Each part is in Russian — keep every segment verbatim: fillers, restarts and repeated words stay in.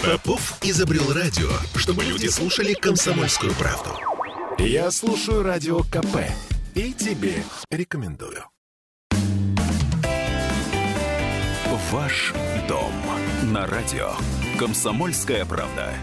Попов изобрел радио, чтобы люди слушали «Комсомольскую правду». Я слушаю Радио КП и тебе рекомендую. Ваш дом на радио «Комсомольская правда».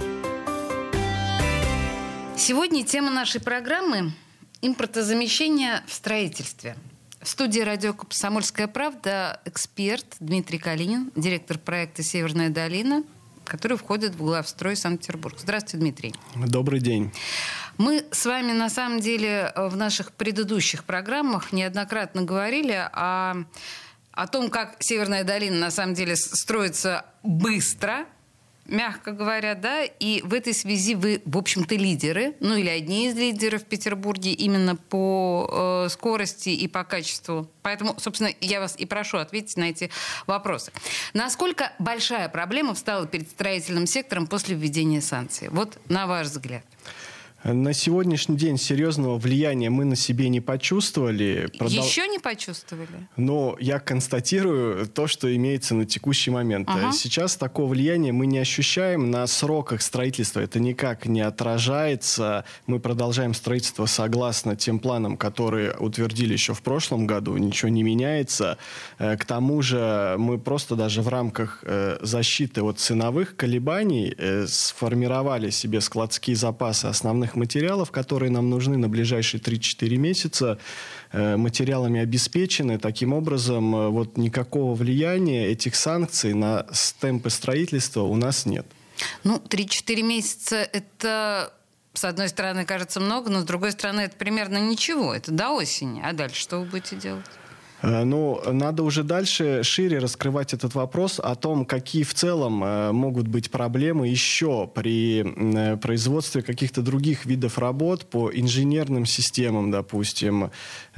Сегодня тема нашей программы – импортозамещение в строительстве. В студии радио «Комсомольская правда» эксперт Дмитрий Калинин, директор проекта «Северная долина», который входит в главстрой Санкт-Петербург. Здравствуйте, Дмитрий. Добрый день. Мы с вами, на самом деле, в наших предыдущих программах неоднократно говорили о, о том, как Северная долина, на самом деле, строится быстро, мягко говоря, да, и в этой связи вы, в общем-то, лидеры, ну или одни из лидеров в Петербурге именно по э, скорости и по качеству. Поэтому, собственно, я вас и прошу ответить на эти вопросы. Насколько большая проблема встала перед строительным сектором после введения санкций? Вот на ваш взгляд. На сегодняшний день серьезного влияния мы на себе не почувствовали. Продол... Еще не почувствовали? Но я констатирую то, что имеется на текущий момент. Ага. Сейчас такого влияния мы не ощущаем. На сроках строительства это никак не отражается. Мы продолжаем строительство согласно тем планам, которые утвердили еще в прошлом году. Ничего не меняется. К тому же мы просто даже в рамках защиты от ценовых колебаний сформировали себе складские запасы основных материалов, которые нам нужны на ближайшие три-четыре месяца, материалами обеспечены. Таким образом, вот никакого влияния этих санкций на темпы строительства у нас нет. Ну, три-четыре месяца – это, с одной стороны, кажется много, но с другой стороны, это примерно ничего. Это до осени. А дальше что вы будете делать? Ну, надо уже дальше шире раскрывать этот вопрос о том, какие в целом э, могут быть проблемы еще при э, производстве каких-то других видов работ по инженерным системам, допустим,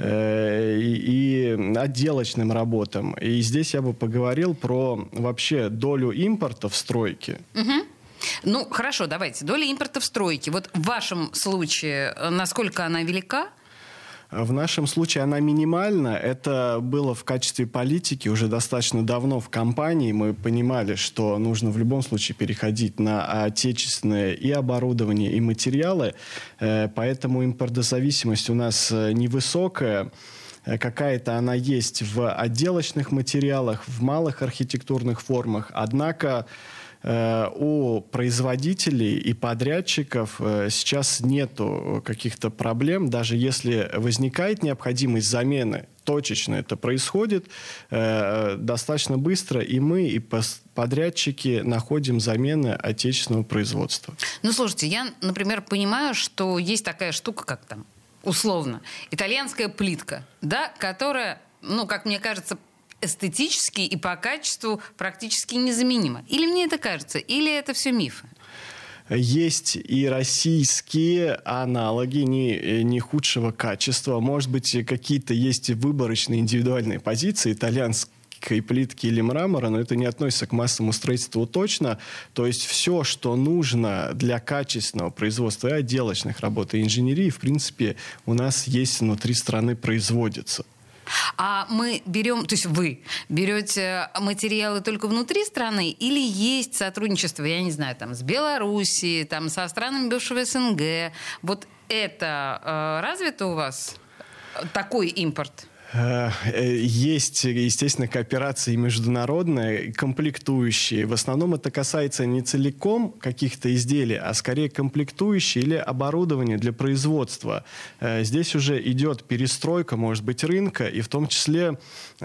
э, и, и отделочным работам. И здесь я бы поговорил про вообще долю импорта в стройке. Угу. Ну, хорошо, давайте. Доля импорта в стройке. Вот в вашем случае, насколько она велика? В нашем случае она минимальна. Это было в качестве политики уже достаточно давно в компании. Мы понимали, что нужно в любом случае переходить на отечественное и оборудование, и материалы. Поэтому импортозависимость у нас невысокая. Какая-то она есть в отделочных материалах, в малых архитектурных формах. Однако у производителей и подрядчиков сейчас нету каких-то проблем. Даже если возникает необходимость замены, точечно это происходит достаточно быстро, и мы, и подрядчики находим замены отечественного производства. Ну, слушайте, я, например, понимаю, что есть такая штука, как там, условно, итальянская плитка, да, которая, ну, как мне кажется, эстетически и по качеству практически незаменимо. Или мне это кажется, или это все мифы? Есть и российские аналоги не, не худшего качества. Может быть, какие-то есть выборочные индивидуальные позиции итальянской плитки или мрамора, но это не относится к массовому строительству точно. То есть все, что нужно для качественного производства и отделочных работ, и инженерии, в принципе, у нас есть внутри страны, производится. А мы берем, то есть вы берете материалы только внутри страны или есть сотрудничество, я не знаю, там, с Белоруссией, там, со странами бывшего СНГ? Вот это э, развито у вас, такой импорт? Есть, естественно, кооперации международные, комплектующие. В основном это касается не целиком каких-то изделий, а скорее комплектующие или оборудование для производства. Здесь уже идет перестройка, может быть, рынка, и в том числе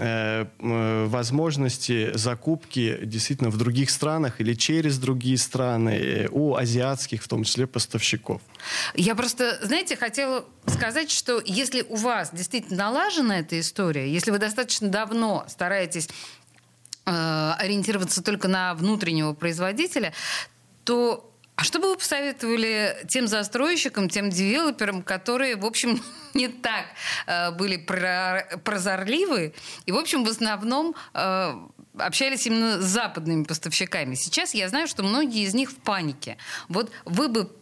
возможности закупки действительно в других странах или через другие страны, у азиатских, в том числе, поставщиков. Я просто, знаете, хотела сказать, что если у вас действительно налажена эта история, если вы достаточно давно стараетесь э, ориентироваться только на внутреннего производителя, то а что бы вы посоветовали тем застройщикам, тем девелоперам, которые, в общем, не так э, были прозорливы и, в общем, в основном э, общались именно с западными поставщиками? Сейчас я знаю, что многие из них в панике. Вот вы бы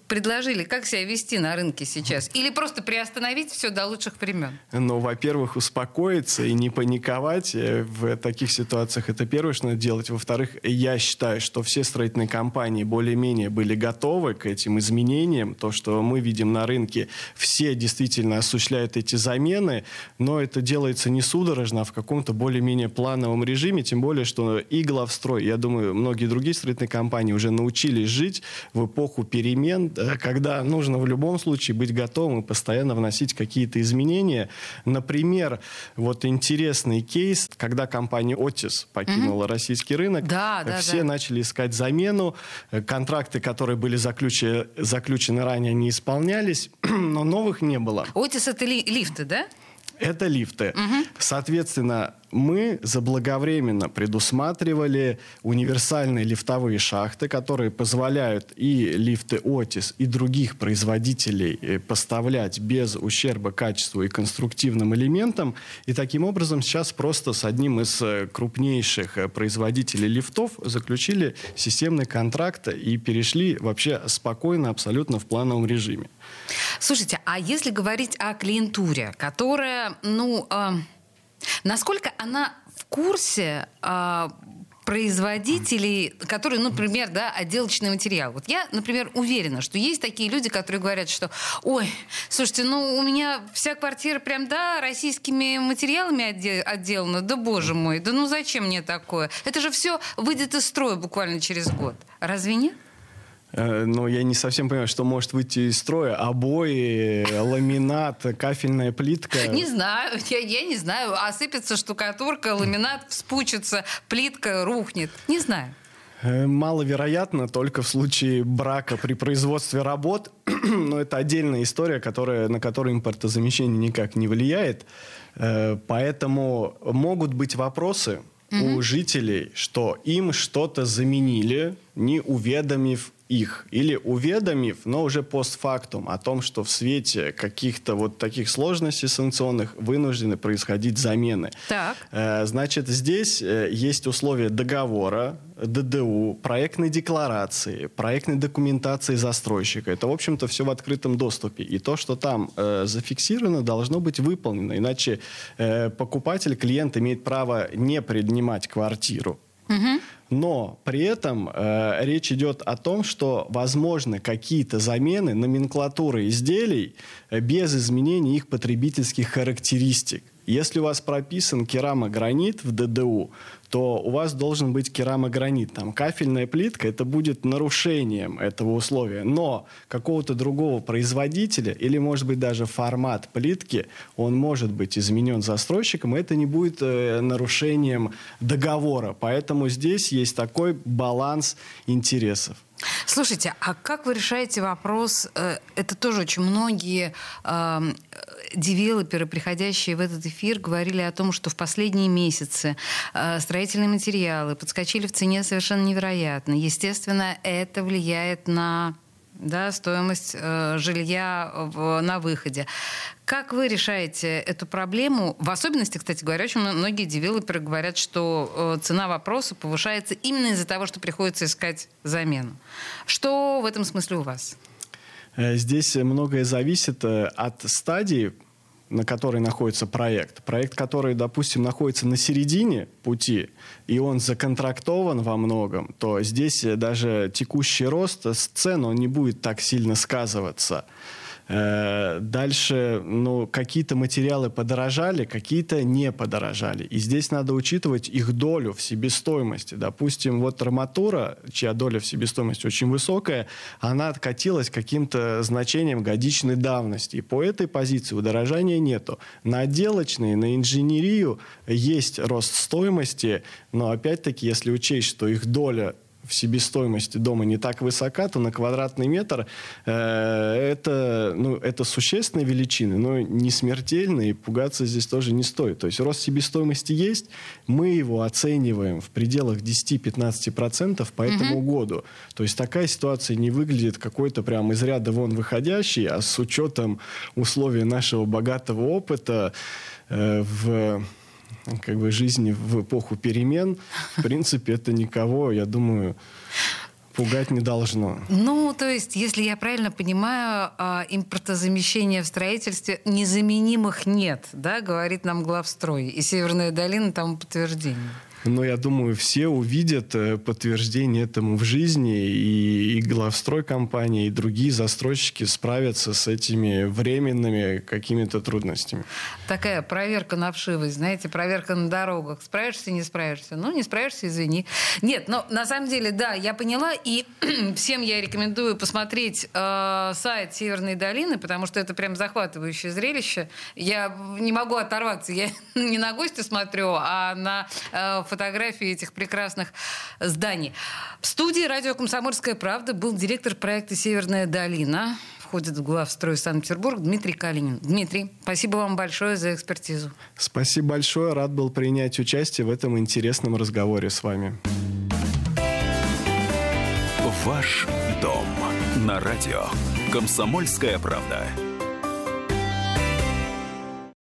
предложили, как себя вести на рынке сейчас? Или просто приостановить все до лучших времен? Ну, во-первых, успокоиться и не паниковать в таких ситуациях. Это первое, что надо делать. Во-вторых, я считаю, что все строительные компании более-менее были готовы к этим изменениям. То, что мы видим на рынке, все действительно осуществляют эти замены, но это делается не судорожно, а в каком-то более-менее плановом режиме. Тем более, что и Главстрой, я думаю, многие другие строительные компании уже научились жить в эпоху перемен, когда нужно в любом случае быть готовым и постоянно вносить какие-то изменения. Например, вот интересный кейс, когда компания Otis покинула mm-hmm. российский рынок, да, да, все да. начали искать замену, контракты, которые были заключены, заключены ранее, не исполнялись, но новых не было. Otis — это ли, лифты, да? Это лифты. Угу. Соответственно, мы заблаговременно предусматривали универсальные лифтовые шахты, которые позволяют и лифты Otis, и других производителей поставлять без ущерба качеству и конструктивным элементам. И таким образом сейчас просто с одним из крупнейших производителей лифтов заключили системный контракт и перешли вообще спокойно, абсолютно в плановом режиме. Слушайте, а если говорить о клиентуре, которая, ну, э, насколько она в курсе э, производителей, которые, ну, например, да, отделочный материал. Вот я, например, уверена, что есть такие люди, которые говорят, что, ой, слушайте, ну, у меня вся квартира прям, да, российскими материалами отде- отделана, да, боже мой, да ну зачем мне такое? Это же все выйдет из строя буквально через год. Разве нет? Но я не совсем понимаю, что может выйти из строя. Обои, ламинат, кафельная плитка. Не знаю, я, я не знаю. Осыпется штукатурка, ламинат вспучится, плитка рухнет. Не знаю. Маловероятно, только в случае брака при производстве работ. Но это отдельная история, которая, на которую импортозамещение никак не влияет. Поэтому могут быть вопросы у жителей, что им что-то заменили, не уведомив их. Или уведомив, но уже постфактум о том, что в свете каких-то вот таких сложностей санкционных вынуждены происходить замены. Так. Значит, здесь есть условия договора, ДДУ, проектной декларации, проектной документации застройщика. Это, в общем-то, все в открытом доступе. И то, что там э, зафиксировано, должно быть выполнено. Иначе э, покупатель, клиент имеет право не принимать квартиру. Угу. Но при этом э, речь идет о том, что возможны какие-то замены номенклатуры изделий э, без изменения их потребительских характеристик. Если у вас прописан керамогранит в ДДУ, то у вас должен быть керамогранит. Там кафельная плитка, это будет нарушением этого условия. Но какого-то другого производителя или, может быть, даже формат плитки, он может быть изменен застройщиком, и это не будет э, нарушением договора. Поэтому здесь есть такой баланс интересов. Слушайте, а как вы решаете вопрос, э, это тоже очень многие э, девелоперы, приходящие в этот эфир, говорили о том, что в последние месяцы э, строительные материалы подскочили в цене совершенно невероятно. Естественно, это влияет на, да, стоимость э, жилья в, на выходе. Как вы решаете эту проблему? В особенности, кстати говоря, очень многие девелоперы говорят, что цена вопроса повышается именно из-за того, что приходится искать замену. Что в этом смысле у вас? Здесь многое зависит от стадии, на которой находится проект. Проект, который, допустим, находится на середине пути, и он законтрактован во многом, то здесь даже текущий рост с цен, он не будет так сильно сказываться. Дальше, ну, какие-то материалы подорожали, какие-то не подорожали. И здесь надо учитывать их долю в себестоимости. Допустим, вот арматура, чья доля в себестоимости очень высокая, она откатилась каким-то значением годичной давности. И по этой позиции удорожания нету. На отделочные, на инженерию есть рост стоимости, но опять-таки, если учесть, что их доля в себестоимости дома не так высока, то на квадратный метр э, это, ну, это существенные величины, но не смертельные, и пугаться здесь тоже не стоит. То есть рост себестоимости есть, мы его оцениваем в пределах десять-пятнадцать процентов по этому mm-hmm. году. То есть такая ситуация не выглядит какой-то прям из ряда вон выходящей, а с учетом условий нашего богатого опыта э, в... как бы жизни в эпоху перемен, в принципе, это никого, я думаю, Пугать не должно. Ну, то есть, если я правильно понимаю, импортозамещения в строительстве незаменимых нет, да, говорит нам главстрой. И Северная долина тому подтверждение. Но я думаю, все увидят подтверждение этому в жизни, и, и главстрой компании, и другие застройщики справятся с этими временными какими-то трудностями. Такая проверка на вшивость, знаете, проверка на дорогах. Справишься, не справишься? Ну, не справишься, извини. Нет, но на самом деле, да, я поняла, и всем я рекомендую посмотреть э, сайт Северной долины, потому что это прям захватывающее зрелище. Я не могу оторваться, я не на гостя смотрю, а на э, фотографии этих прекрасных зданий. В студии радио «Комсомольская правда» был директор проекта «Северная долина», входит в главстрой Санкт-Петербург, Дмитрий Калинин. Дмитрий, спасибо вам большое за экспертизу. Спасибо большое. Рад был принять участие в этом интересном разговоре с вами. Ваш дом на радио «Комсомольская правда».